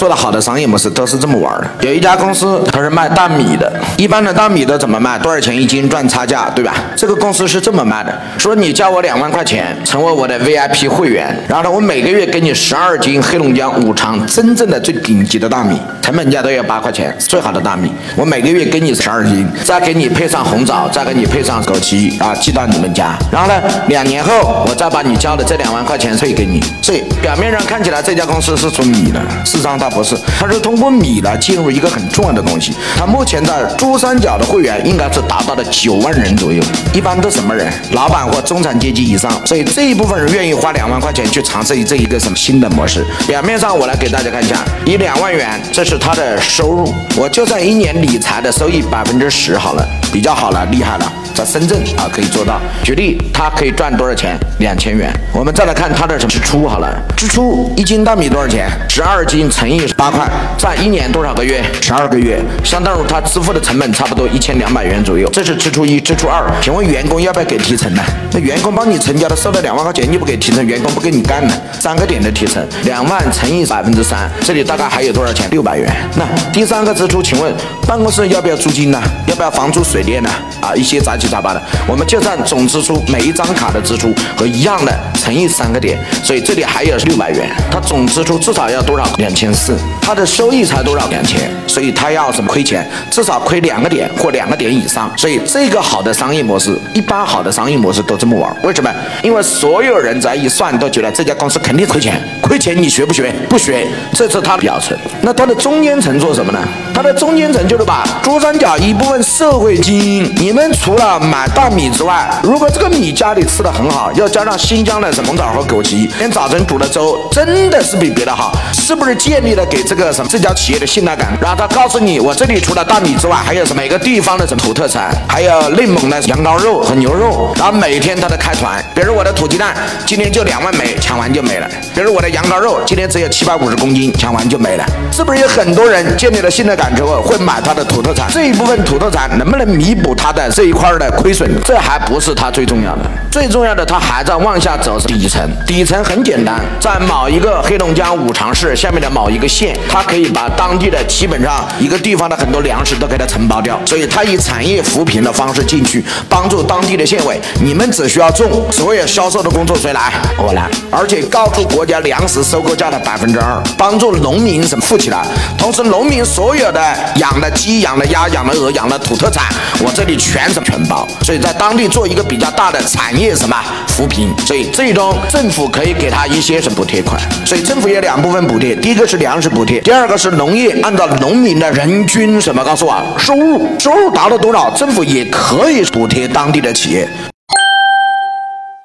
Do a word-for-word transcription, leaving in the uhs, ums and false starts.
做的好的商业模式都是这么玩的。有一家公司它是卖大米的，一般的大米都怎么卖？多少钱一斤赚差价，对吧？这个公司是这么卖的，说你交我两万块钱，成为我的 V I P 会员，然后呢，我每个月给你十二斤黑龙江五常真正的最顶级的大米，成本价都要八块钱，最好的大米，我每个月给你十二斤，再给你配上红枣，再给你配上枸杞啊，寄到你们家，然后呢，两年后我再把你交的这两万块钱退给你。所以表面上看起来这家公司是做米的，事实上它不是，它是通过米来进入一个很重要的东西。它目前在珠三角的会员应该是达到了九万人左右，一般都什么人？老板或中产阶级以上。所以这一部分人愿意花两万块钱去尝试这一个什么新的模式。表面上我来给大家看一下，以两万元，这是他的收入，我就算一年理财的收益百分之十好了，比较好了，厉害了。在深圳啊可以做到。举例，他可以赚多少钱？两千元。我们再来看他的什么支出好了，支出一斤大米多少钱？十二斤乘以八块，占一年多少个月？十二个月，相当于他支付的成本差不多一千两百元左右。这是支出一，支出二。请问员工要不要给提成呢？那员工帮你成交的收了两万块钱，你不给提成，员工不跟你干呢？三个点的提成，两万乘以百分之三，这里大概还有多少钱？六百元。那第三个支出，请问办公室要不要租金呢？要不要房租水电呢？啊，一些杂七杂八的，我们就占总支出每一张卡的支出和一样的乘以三个点，所以这里还有六百元。他总支出至少要多少？两千四。他的收益才多少？两千，所以他要什么亏钱？至少亏两个点或两个点以上。所以这个好的商业模式，一般好的商业模式都这么玩。为什么？因为所有人只要一算都觉得这家公司肯定亏钱，亏钱你学不学？不学，这是他的表层。那他的中间层做什么呢？他的中间层就是把珠三角一部分社会精英，你们除了买大米之外，如果这个米家里吃的很好，要加上新疆的什么红枣和枸杞，连早晨煮的粥真的是比别的好，是不是建立了给这个什么这家企业的信赖感？然后他告诉你，我这里除了大米之外，还有什么每个地方的什么土特产，还有内蒙的羊羔肉和牛肉，然后每天他的开团，比如我的土鸡蛋今天就两万枚，抢完就没了；比如我的羊羔肉今天只有七百五十公斤，抢完就没了。是不是有很多人建立了信赖感之后会买他的土特产？这一部分土特产能不能弥补他的这一块的亏损？这还不是他最重要的，最重要的他还在往下走底层。底层很简单，在某一个黑龙江五常市下面的某一个县，他可以把当地的基本上一个地方的很多粮食都给它承包掉，所以他以产业扶贫的方式进去，帮助当地的县委，你们只需要种，所有销售的工作谁来？我来，而且告诉国家粮食收购价的百分之二，帮助农民什么富起来，同时农民所有的养的鸡、养的鸭、养的鹅、养的土特产，我这里全是全包，所以在当地做一个比较大的产业什么扶贫，所以最终政府可以给他一些什么补贴款，所以政府有两部分补贴，第一个是粮食补贴，第二个是农业按照农民的人均什么告诉我收入，收入达到多少，政府也可以补贴当地的企业。